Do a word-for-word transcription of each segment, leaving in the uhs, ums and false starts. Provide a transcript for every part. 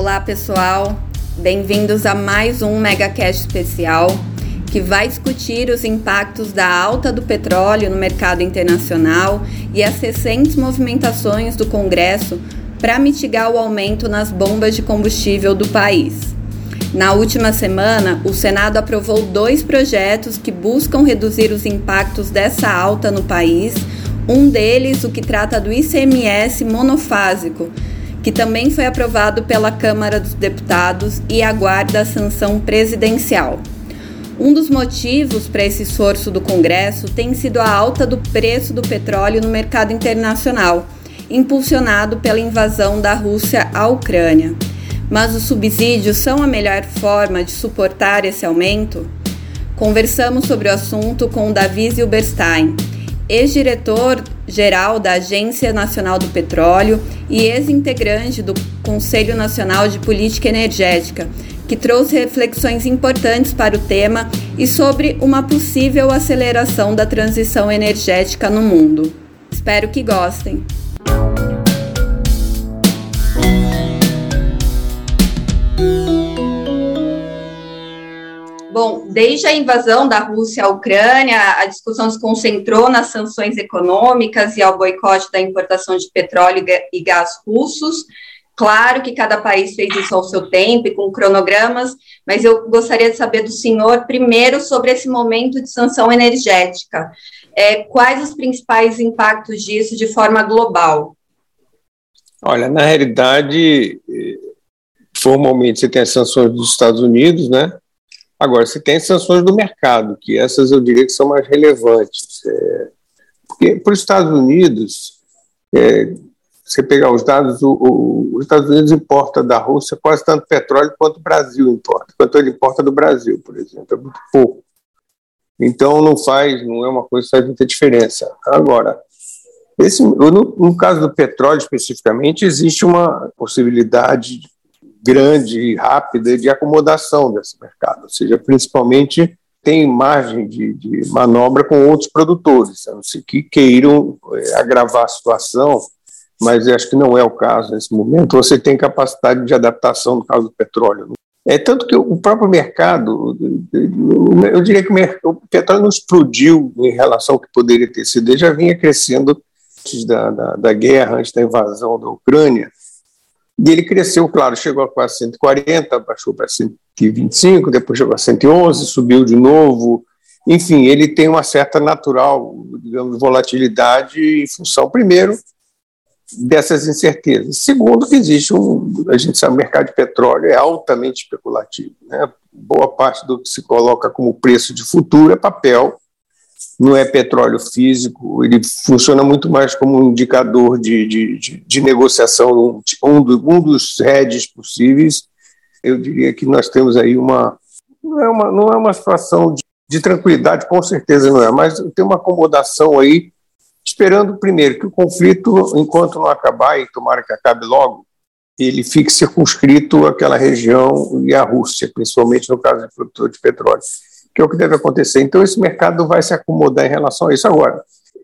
Olá, pessoal. Bem-vindos a mais um MegaCast especial que vai discutir os impactos da alta do petróleo no mercado internacional e as recentes movimentações do Congresso para mitigar o aumento nas bombas de combustível do país. Na última semana, o Senado aprovou dois projetos que buscam reduzir os impactos dessa alta no país. Um deles, o que trata do I C M S monofásico, que também foi aprovado pela Câmara dos Deputados e aguarda a sanção presidencial. Um dos motivos para esse esforço do Congresso tem sido a alta do preço do petróleo no mercado internacional, impulsionado pela invasão da Rússia à Ucrânia. Mas os subsídios são a melhor forma de suportar esse aumento? Conversamos sobre o assunto com o Davi Zilberstein, ex-diretor-geral da Agência Nacional do Petróleo e ex-integrante do Conselho Nacional de Política Energética, que trouxe reflexões importantes para o tema e sobre uma possível aceleração da transição energética no mundo. Espero que gostem! Bom, desde a invasão da Rússia à Ucrânia, a discussão se concentrou nas sanções econômicas e ao boicote da importação de petróleo e gás russos. Claro que cada país fez isso ao seu tempo e com cronogramas, mas eu gostaria de saber do senhor, primeiro, sobre esse momento de sanção energética. É, quais os principais impactos disso de forma global? Olha, na realidade, formalmente você tem as sanções dos Estados Unidos, né? Agora, você tem sanções do mercado, que essas eu diria que são mais relevantes. É, porque para os Estados Unidos, é, você pegar os dados, o, o, os Estados Unidos importa da Rússia quase tanto petróleo quanto o Brasil importa, quanto ele importa do Brasil, por exemplo, é muito pouco. Então, não faz, não é uma coisa que faz muita diferença. Agora, esse, no, no caso do petróleo especificamente, existe uma possibilidade grande e rápida de acomodação desse mercado, ou seja, principalmente tem margem de, de manobra com outros produtores, a não ser que queiram é, agravar a situação, mas acho que não é o caso nesse momento. Você tem capacidade de adaptação no caso do petróleo. É tanto que o próprio mercado, eu diria que o petróleo não explodiu em relação ao que poderia ter sido, ele já vinha crescendo antes da, da, da guerra, antes da invasão da Ucrânia. E ele cresceu, claro, chegou a quase cento e quarenta, baixou para cento e vinte e cinco, depois chegou a cento e onze, subiu de novo. Enfim, ele tem uma certa natural, digamos, volatilidade em função, primeiro, dessas incertezas. Segundo, que existe um, a gente sabe, o mercado de petróleo é altamente especulativo, né? Boa parte do que se coloca como preço de futuro é papel, não é petróleo físico, ele funciona muito mais como um indicador de, de, de, de negociação, um, do, um dos hedges possíveis. Eu diria que nós temos aí uma, não é uma, não é uma situação de, de tranquilidade, com certeza não é, mas tem uma acomodação aí, esperando primeiro que o conflito, enquanto não acabar, e tomara que acabe logo, ele fique circunscrito àquela região e à Rússia, principalmente no caso de produtor de petróleo, que é o que deve acontecer. Então, esse mercado vai se acomodar em relação a isso. Agora,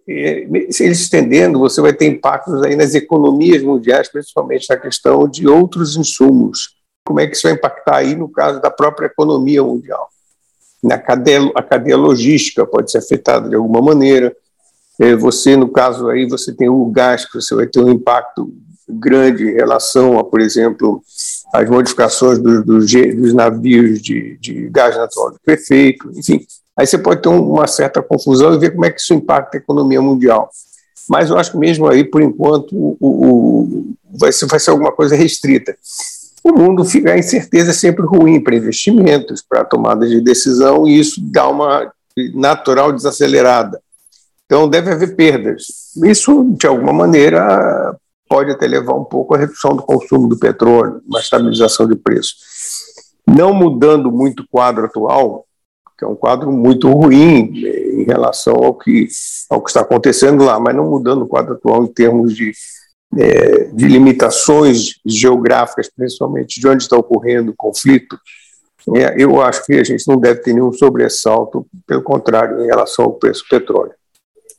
se ele se estendendo, você vai ter impactos aí nas economias mundiais, principalmente na questão de outros insumos. Como é que isso vai impactar aí no caso da própria economia mundial? Na cadeia, a cadeia logística pode ser afetada de alguma maneira. Você, no caso aí, você tem o gás, que você vai ter um impacto grande em relação a, por exemplo, as modificações do, do, dos navios de, de gás natural liquefeito, enfim. Aí você pode ter um, uma certa confusão e ver como é que isso impacta a economia mundial. Mas eu acho que mesmo aí, por enquanto, o, o, vai, ser, vai ser alguma coisa restrita. O mundo fica, a incerteza é sempre ruim para investimentos, para tomada de decisão, e isso dá uma natural desacelerada. Então, deve haver perdas. Isso, de alguma maneira, pode até levar um pouco à redução do consumo do petróleo, uma estabilização de preço. Não mudando muito o quadro atual, que é um quadro muito ruim em relação ao que, ao que está acontecendo lá, mas não mudando o quadro atual em termos de, é, de limitações geográficas, principalmente de onde está ocorrendo o conflito, é, eu acho que a gente não deve ter nenhum sobressalto, pelo contrário, em relação ao preço do petróleo.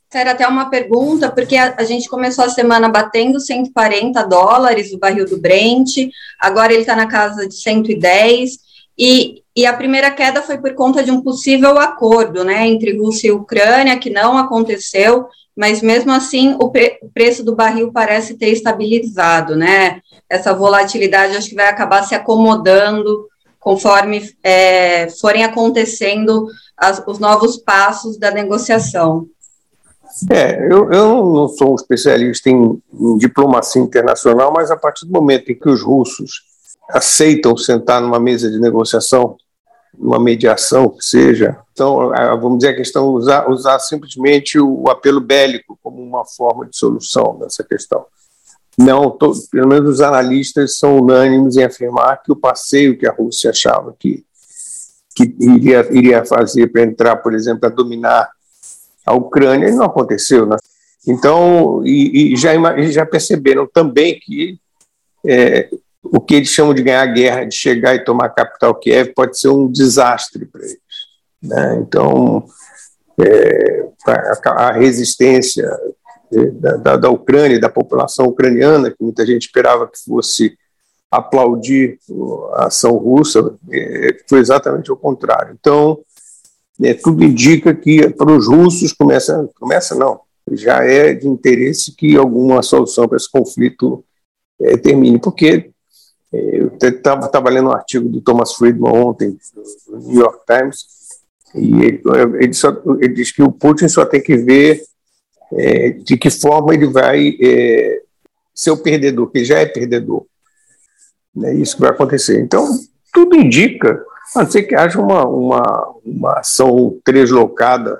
Era até uma pergunta, porque a, a gente começou a semana batendo cento e quarenta dólares o barril do Brent, agora ele está na casa de cento e dez, e, e a primeira queda foi por conta de um possível acordo, né, entre Rússia e Ucrânia, que não aconteceu, mas mesmo assim o, pre, o preço do barril parece ter estabilizado, né, essa volatilidade acho que vai acabar se acomodando conforme é, forem acontecendo as, os novos passos da negociação. É, eu, eu não sou um especialista em, em diplomacia internacional, mas a partir do momento em que os russos aceitam sentar numa mesa de negociação, numa mediação que seja, então, vamos dizer, a questão usar, usar simplesmente o apelo bélico como uma forma de solução dessa questão. Não, tô, pelo menos os analistas são unânimes em afirmar que o passeio que a Rússia achava que, que iria, iria fazer para entrar, por exemplo, a dominar a Ucrânia, não aconteceu, né? Então, e, e já, já perceberam também que é, o que eles chamam de ganhar a guerra, de chegar e tomar a capital Kiev, pode ser um desastre para eles, né? Então, é, a, a resistência da, da, da Ucrânia, da população ucraniana, que muita gente esperava que fosse aplaudir a ação russa, é, foi exatamente o contrário. Então, É, tudo indica que para os russos começa, começa não, já é de interesse que alguma solução para esse conflito é, termine, porque é, eu estava lendo um artigo do Thomas Friedman ontem, do New York Times, e ele, ele, só, ele diz que o Putin só tem que ver é, de que forma ele vai é, ser o perdedor, que ele já é perdedor. É isso que vai acontecer. Então, tudo indica, a não ser que haja uma, uma, uma ação deslocada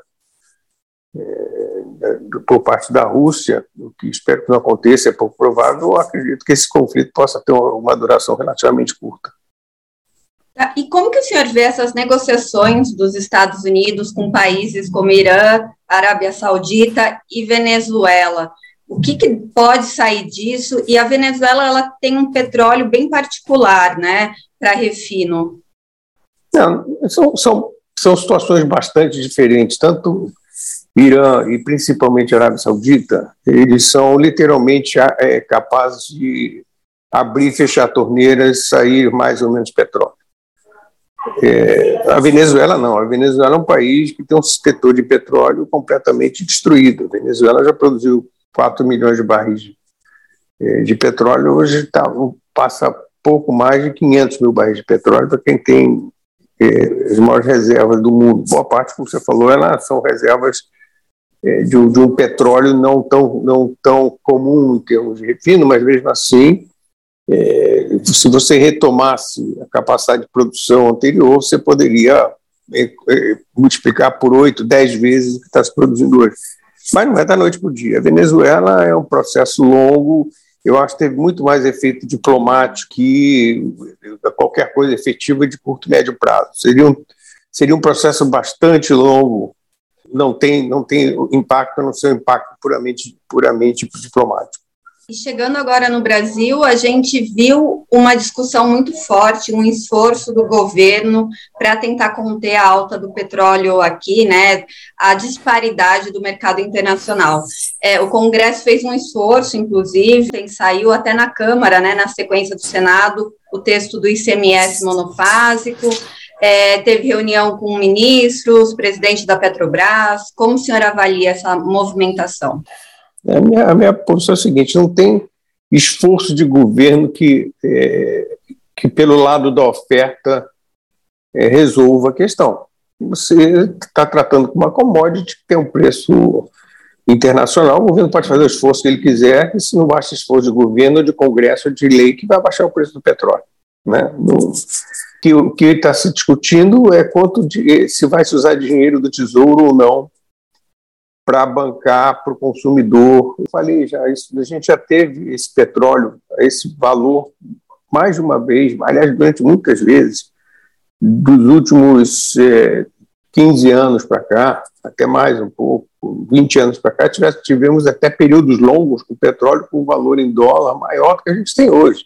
é, por parte da Rússia, o que espero que não aconteça, é pouco provável, eu acredito que esse conflito possa ter uma, uma duração relativamente curta. E como que o senhor vê essas negociações dos Estados Unidos com países como Irã, Arábia Saudita e Venezuela? O que, que pode sair disso? E a Venezuela ela tem um petróleo bem particular, né, para refino. Não, são, são, são situações bastante diferentes. Tanto Irã e principalmente a Arábia Saudita, eles são literalmente é, capazes de abrir e fechar torneiras e sair mais ou menos petróleo. É, a Venezuela não. A Venezuela é um país que tem um setor de petróleo completamente destruído. A Venezuela já produziu quatro milhões de barris de, de petróleo, hoje tá, passa pouco mais de quinhentos mil barris de petróleo para quem tem eh, as maiores reservas do mundo. Boa parte, como você falou, elas são reservas eh, de, de um petróleo não tão, não tão comum em termos de refino, mas mesmo assim, eh, se você retomasse a capacidade de produção anterior, você poderia eh, eh, multiplicar por oito, dez vezes o que está se produzindo hoje. Mas não é da noite para o dia. A Venezuela é um processo longo, eu acho que teve muito mais efeito diplomático que qualquer coisa efetiva de curto e médio prazo. Seria um, seria um processo bastante longo, não tem, não tem impacto, a não ser um impacto puramente, puramente diplomático. E chegando agora no Brasil, a gente viu uma discussão muito forte, um esforço do governo para tentar conter a alta do petróleo aqui, né, a disparidade do mercado internacional. É, o Congresso fez um esforço, inclusive, saiu até na Câmara, né, na sequência do Senado, o texto do I C M S monofásico, é, teve reunião com ministros, presidente da Petrobras. Como o senhor avalia essa movimentação? A minha, a minha posição é a seguinte: não tem esforço de governo que, é, que pelo lado da oferta, é, resolva a questão. Você está tratando com uma commodity que tem um preço internacional, o governo pode fazer o esforço que ele quiser, e se não basta esforço de governo, de congresso, de lei, que vai baixar o preço do petróleo, né? No, que, o que está se discutindo é quanto de, se vai se usar dinheiro do Tesouro ou não para bancar para o consumidor. Eu falei já, isso, a gente já teve esse petróleo, esse valor, mais de uma vez, aliás, durante muitas vezes, dos últimos é, quinze anos para cá, até mais um pouco, vinte anos para cá, tivemos, tivemos até períodos longos com petróleo com valor em dólar maior do que a gente tem hoje.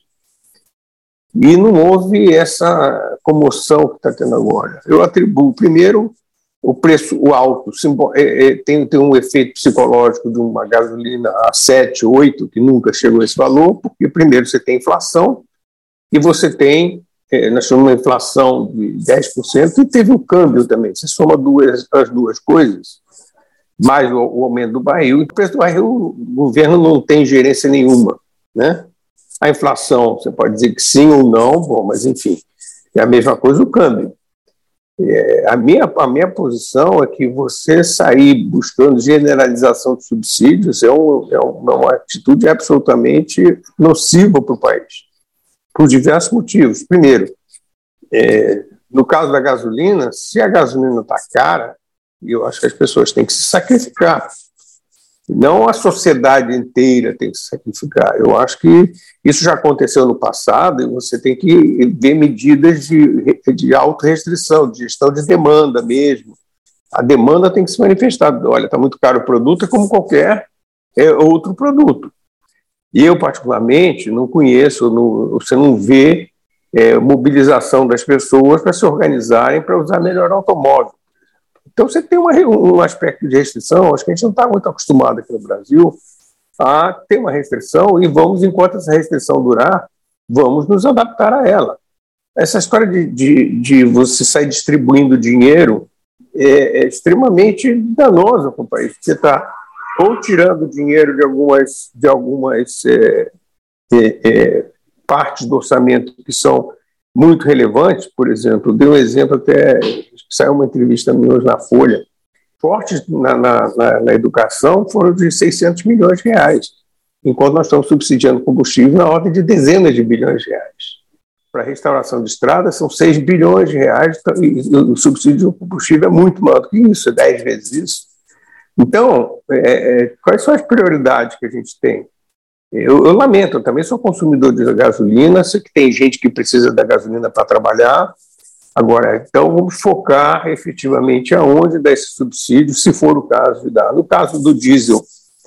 E não houve essa comoção que está tendo agora. Eu atribuo, primeiro, o preço o alto é, é, tem, tem um efeito psicológico de uma gasolina a sete, oito, que nunca chegou a esse valor, porque primeiro você tem inflação e você tem, é, nós chamamos uma inflação de dez por cento e teve o câmbio também. Você soma duas, as duas coisas, mais o, o aumento do barril, e o preço do barril o governo não tem gerência nenhuma, né? A inflação, você pode dizer que sim ou não, bom, mas enfim, é a mesma coisa o câmbio. É, a, minha, a minha posição é que você sair buscando generalização de subsídios é, um, é uma atitude absolutamente nociva para o país, por diversos motivos. Primeiro, é, no caso da gasolina, se a gasolina está cara, eu acho que as pessoas têm que se sacrificar. Não a sociedade inteira tem que se sacrificar. Eu acho que isso já aconteceu no passado e você tem que ver medidas de, de autorrestrição, de gestão de demanda mesmo. A demanda tem que se manifestar. Olha, está muito caro o produto, é como qualquer é, outro produto. E eu, particularmente, não conheço, não, você não vê é, mobilização das pessoas para se organizarem para usar melhor automóvel. Então, você tem uma, um aspecto de restrição, acho que a gente não está muito acostumado aqui no Brasil a ter uma restrição e vamos, enquanto essa restrição durar, vamos nos adaptar a ela. Essa história de, de, de você sair distribuindo dinheiro é, é extremamente danosa para o país. Você está ou tirando dinheiro de algumas, de algumas é, é, é, partes do orçamento que são muito relevantes, por exemplo, dei um exemplo até, saiu uma entrevista minha hoje na Folha, cortes na, na, na, na educação foram de seiscentos milhões de reais, enquanto nós estamos subsidiando combustível na ordem de dezenas de bilhões de reais. Para a restauração de estradas são seis bilhões de reais, e o subsídio do combustível é muito maior do que isso, é dez vezes isso. Então, é, é, quais são as prioridades que a gente tem? Eu, eu lamento, eu também sou consumidor de gasolina, sei que tem gente que precisa da gasolina para trabalhar. Agora, então, vamos focar efetivamente aonde dar esse subsídio, se for o caso de dar. No caso do diesel,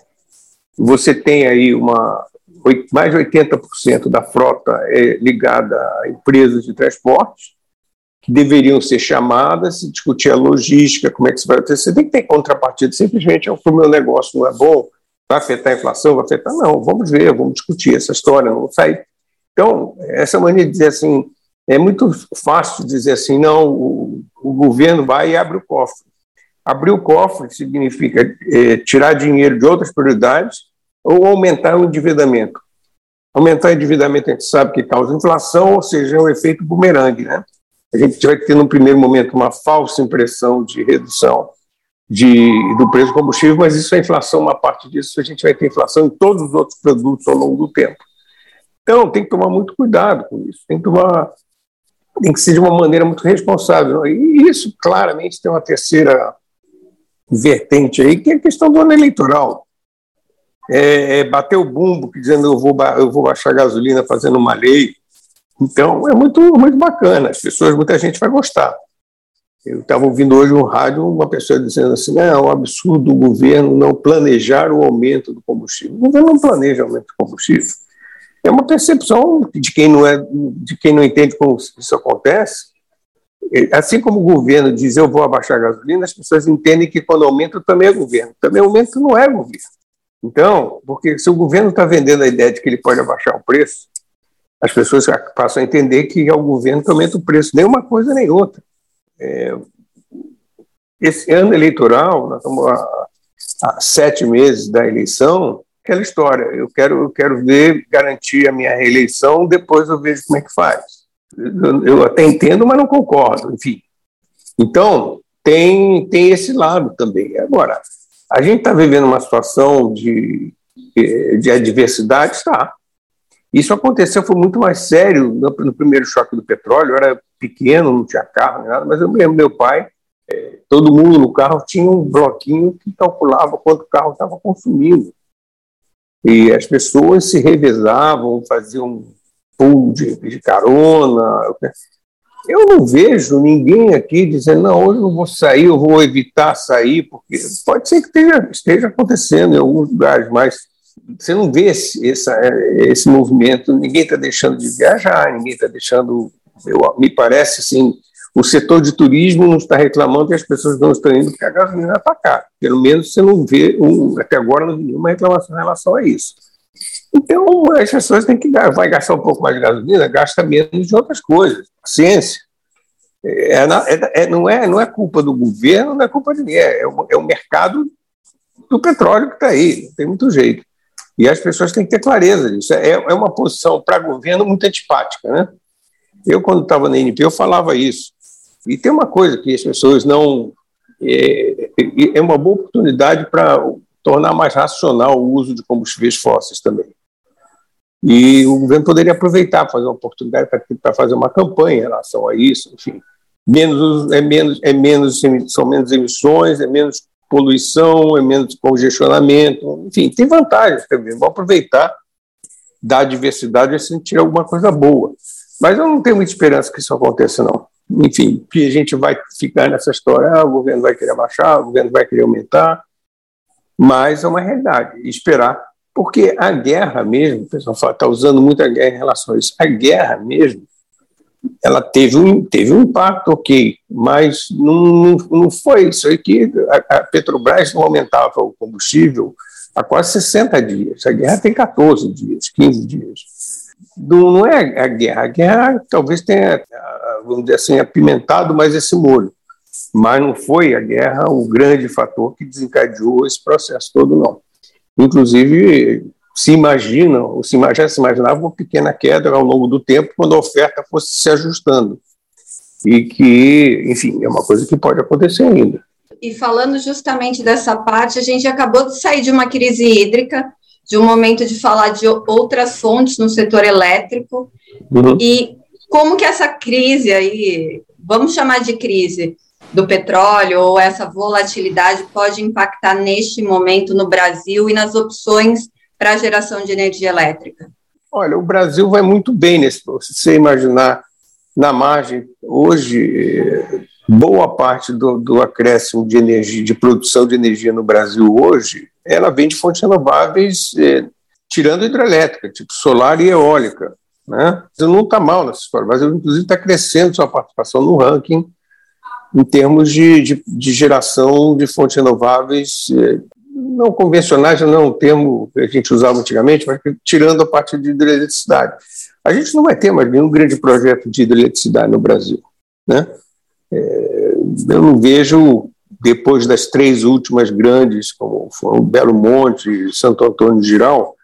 você tem aí uma, mais de oitenta por cento da frota é ligada a empresas de transporte, que deveriam ser chamadas, se discutir a logística, como é que isso vai acontecer. Você tem que ter contrapartida, simplesmente o meu negócio não é bom, vai afetar a inflação, vai afetar... Não, vamos ver, vamos discutir essa história, não sai. Então, essa mania de dizer assim, é muito fácil dizer assim, não, o, o governo vai e abre o cofre. Abrir o cofre significa é, tirar dinheiro de outras prioridades ou aumentar o endividamento. Aumentar o endividamento a gente sabe que causa inflação, ou seja, é um efeito bumerangue, né? A gente vai ter, no primeiro momento, uma falsa impressão de redução De, do preço do combustível, mas isso é inflação, uma parte disso, a gente vai ter inflação em todos os outros produtos ao longo do tempo. Então, tem que tomar muito cuidado com isso, tem que tomar, tem que ser de uma maneira muito responsável. E isso, claramente, tem uma terceira vertente aí, que é a questão do ano eleitoral. É, é bater o bumbo, dizendo eu vou, eu vou baixar a gasolina fazendo uma lei. Então, é muito, muito bacana, as pessoas, muita gente vai gostar. Eu estava ouvindo hoje no rádio uma pessoa dizendo assim, é um absurdo o governo não planejar o aumento do combustível. O governo não planeja o aumento do combustível. É uma percepção de quem não, é, de quem não entende como isso acontece. Assim como o governo diz, eu vou abaixar a gasolina, as pessoas entendem que quando aumenta também é governo. Também aumento não é governo. Então, porque se o governo está vendendo a ideia de que ele pode abaixar o preço, as pessoas passam a entender que é o governo que aumenta o preço, nem uma coisa nem outra. É, esse ano eleitoral, nós estamos há, há sete meses da eleição, aquela história, eu quero, eu quero ver, garantir a minha reeleição, depois eu vejo como é que faz. Eu, eu até entendo, mas não concordo, enfim. Então, tem, tem esse lado também. Agora, a gente está vivendo uma situação de, de adversidade, está. Isso aconteceu, foi muito mais sério no, no primeiro choque do petróleo. Eu era pequeno, não tinha carro nem nada, mas eu me lembro, meu pai, é, todo mundo no carro tinha um bloquinho que calculava quanto o carro estava consumindo. E as pessoas se revezavam, faziam um pool de, de carona. Eu não vejo ninguém aqui dizendo, não, hoje eu não vou sair, eu vou evitar sair, porque pode ser que esteja, esteja acontecendo em alguns lugares, mas você não vê esse, essa, esse movimento, ninguém está deixando de viajar, ninguém está deixando, eu, me parece assim, O setor de turismo não está reclamando que as pessoas não estão indo porque a gasolina está cara. Pelo menos você não vê, um, até agora, não vi nenhuma reclamação em relação a isso. Então, as pessoas têm que vai gastar um pouco mais de gasolina, gasta menos de outras coisas. Ciência. É, é, é, não, é, não é culpa do governo, não é culpa de ninguém. É o, é o mercado do petróleo que está aí, não tem muito jeito. E as pessoas têm que ter clareza disso. É, é uma posição para governo muito antipática, né? Eu, quando estava na N P, eu falava isso. E tem uma coisa que as pessoas não... É, é uma boa oportunidade para tornar mais racional o uso de combustíveis fósseis também. E o governo poderia aproveitar, fazer uma oportunidade para fazer uma campanha em relação a isso, enfim. Menos, é menos, é menos, são menos emissões, é menos poluição, é menos congestionamento, enfim, tem vantagens também. Vamos aproveitar da diversidade e assim tirar alguma coisa boa. Mas eu não tenho muita esperança que isso aconteça, não. Enfim, que a gente vai ficar nessa história, ah, o governo vai querer abaixar, o governo vai querer aumentar, mas é uma realidade, esperar, porque a guerra mesmo, o pessoal fala, está usando muito a guerra em relação a isso, a guerra mesmo, ela teve um, teve um impacto, ok, mas não, não foi isso aí que a, a Petrobras não aumentava o combustível há quase sessenta dias, a guerra tem catorze dias, quinze dias. Não, não é a guerra, a guerra talvez tenha, vamos dizer assim, apimentado mais esse molho, mas não foi a guerra o grande fator que desencadeou esse processo todo, não. Inclusive, se imagina, ou se, já se imaginava uma pequena queda ao longo do tempo quando a oferta fosse se ajustando. E que, enfim, é uma coisa que pode acontecer ainda. E falando justamente dessa parte, a gente acabou de sair de uma crise hídrica, de um momento de falar de outras fontes no setor elétrico, uhum. E como que essa crise aí, vamos chamar de crise do petróleo, ou essa volatilidade pode impactar neste momento no Brasil e nas opções para a geração de energia elétrica? Olha, o Brasil vai muito bem nesse processo. Se você imaginar, na margem, hoje, boa parte do, do acréscimo de energia, de produção de energia no Brasil hoje, ela vem de fontes renováveis, eh, tirando hidrelétrica, tipo solar e eólica, né? Então não está mal nessa história. O Brasil, inclusive, está crescendo sua participação no ranking em termos de, de, de geração de fontes renováveis, eh, não convencionais, não é um termo que a gente usava antigamente, mas tirando a parte de hidroeletricidade. A gente não vai ter mais nenhum grande projeto de hidroeletricidade no Brasil, né? É, eu não vejo, depois das três últimas grandes, como foram Belo Monte e Santo Antônio de Jirau,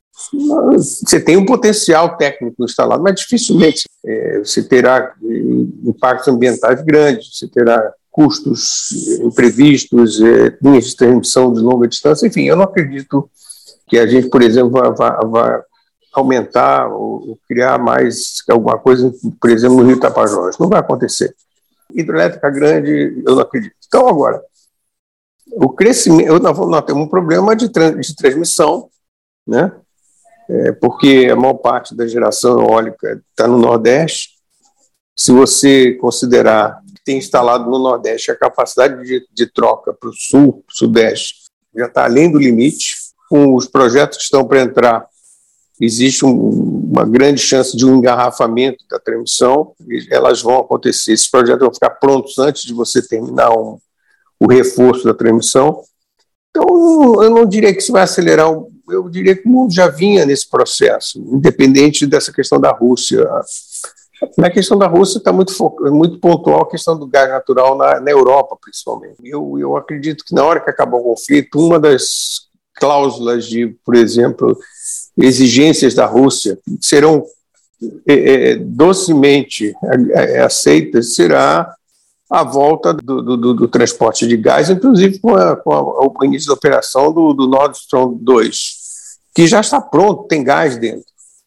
você tem um potencial técnico instalado, mas dificilmente é, você terá impactos ambientais grandes, você terá custos imprevistos, é, linhas de transmissão de longa distância, enfim, eu não acredito que a gente, por exemplo, vá, vá, vá aumentar ou criar mais alguma coisa, por exemplo, no Rio Tapajós. Não vai acontecer. Hidrelétrica grande, eu não acredito. Então, agora, o crescimento, nós, nós temos um problema de, trans, de transmissão, né? É, porque a maior parte da geração eólica está no Nordeste. Se você considerar que tem instalado no Nordeste a capacidade de, de troca para o Sul, Sudeste, já está além do limite. Com os projetos que estão para entrar, existe um, uma grande chance de um engarrafamento da transmissão, elas vão acontecer, esses projetos vão ficar prontos antes de você terminar um, o reforço da transmissão. Então, eu não diria que isso vai acelerar, eu diria que o mundo já vinha nesse processo, independente dessa questão da Rússia. Na questão da Rússia está muito, muito pontual a questão do gás natural na, na Europa, principalmente. Eu, eu acredito que na hora que acabar o conflito, uma das cláusulas de, por exemplo, exigências da Rússia serão é, docemente aceitas, será a volta do, do, do transporte de gás, inclusive com, a, com a, o início da operação do, do Nord Stream dois, que já está pronto, tem gás dentro.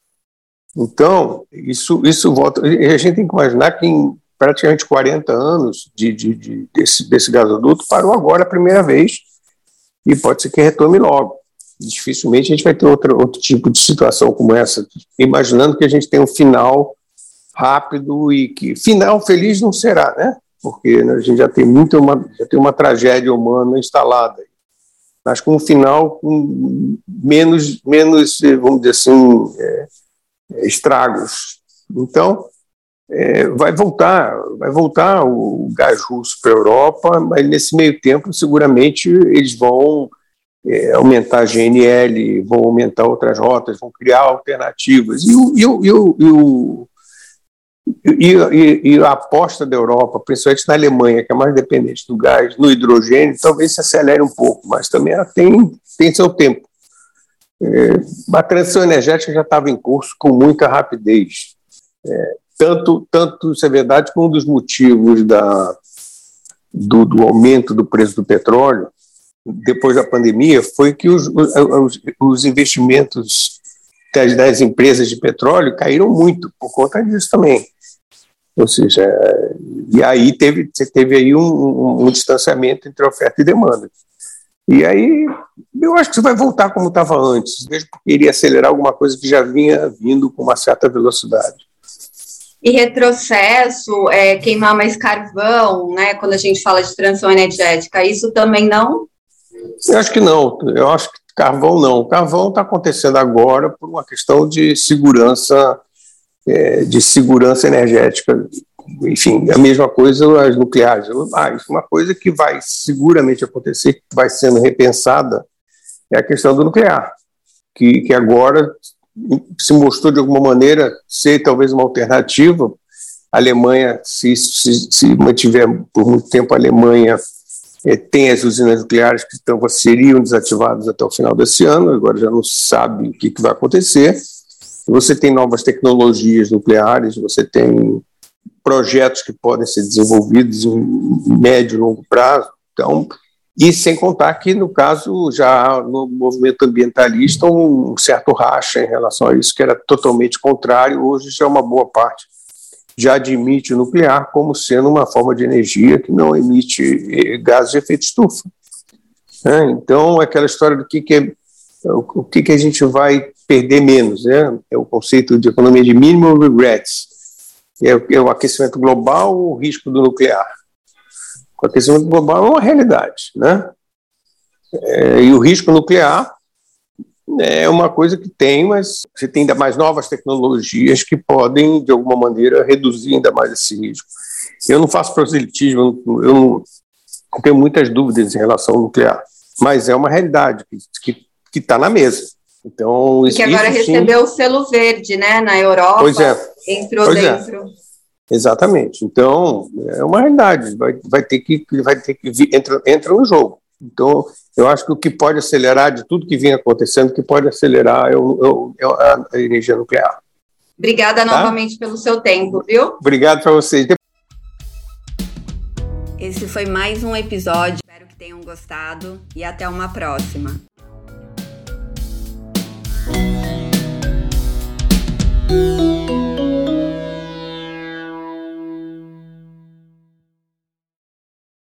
Então, isso, isso volta. A gente tem que imaginar que em praticamente quarenta anos de, de, de, desse, desse gasoduto parou agora a primeira vez e pode ser que retome logo. Dificilmente a gente vai ter outro, outro tipo de situação como essa, imaginando que a gente tem um final rápido e que final feliz não será, né? Porque né, a gente já tem muita uma, já tem uma tragédia humana instalada, mas com um final com menos, menos vamos dizer assim, é, estragos. Então, é, vai voltar, vai voltar o gás russo para a Europa, mas nesse meio tempo seguramente eles vão é, aumentar a G N L, vão aumentar outras rotas, vão criar alternativas. E, o, e, o, e, o, e, o, e, e, e a aposta da Europa, principalmente na Alemanha, que é mais dependente do gás, no hidrogênio, talvez se acelere um pouco, mas também ela tem, tem seu tempo. É, a transição energética já estava em curso com muita rapidez. É, tanto, tanto isso é verdade que um dos motivos da, do, do aumento do preço do petróleo depois da pandemia foi que os, os, os investimentos das, das empresas de petróleo caíram muito por conta disso também. Ou seja, e aí teve, você teve aí um, um, um distanciamento entre oferta e demanda. E aí, eu acho que isso vai voltar como estava antes, mesmo porque iria acelerar alguma coisa que já vinha vindo com uma certa velocidade. E retrocesso, é, queimar mais carvão, né, quando a gente fala de transição energética, isso também não? Eu acho que não, eu acho que carvão não. Carvão está acontecendo agora por uma questão de segurança, é, de segurança energética. Enfim, a mesma coisa as nucleares. Ah, isso é uma coisa que vai seguramente acontecer, que vai sendo repensada, é a questão do nuclear, que, que agora se mostrou de alguma maneira ser talvez uma alternativa. A Alemanha, se, se, se mantiver por muito tempo, a Alemanha é, tem as usinas nucleares que estão, seriam desativadas até o final desse ano, agora já não sabe o que, que vai acontecer. Você tem novas tecnologias nucleares, você tem projetos que podem ser desenvolvidos em médio e longo prazo, então, e sem contar que, no caso, já no movimento ambientalista, um certo racha em relação a isso, que era totalmente contrário. Hoje já uma boa parte já admite o nuclear como sendo uma forma de energia que não emite gases de efeito estufa. É, então, é aquela história do que, que é, o que, que a gente vai perder menos, né? É o conceito de economia de minimum regrets. É o, é o aquecimento global ou o risco do nuclear? O aquecimento global é uma realidade, né? É, e o risco nuclear é uma coisa que tem, mas você tem ainda mais novas tecnologias que podem, de alguma maneira, reduzir ainda mais esse risco. Eu não faço proselitismo, eu não, eu tenho muitas dúvidas em relação ao nuclear, mas é uma realidade que está na mesa. Então, isso, que agora isso, recebeu sim, o selo verde, né, na Europa. Pois é. Entrou pois dentro. É. Exatamente. Então, é uma realidade. Vai, vai ter que, vai ter que vir, entra, entra no jogo. Então, eu acho que o que pode acelerar de tudo que vem acontecendo, o que pode acelerar é, o, é a, a energia nuclear. Obrigada tá? novamente pelo seu tempo, viu? Obrigado para vocês. Esse foi mais um episódio. Espero que tenham gostado e até uma próxima. Música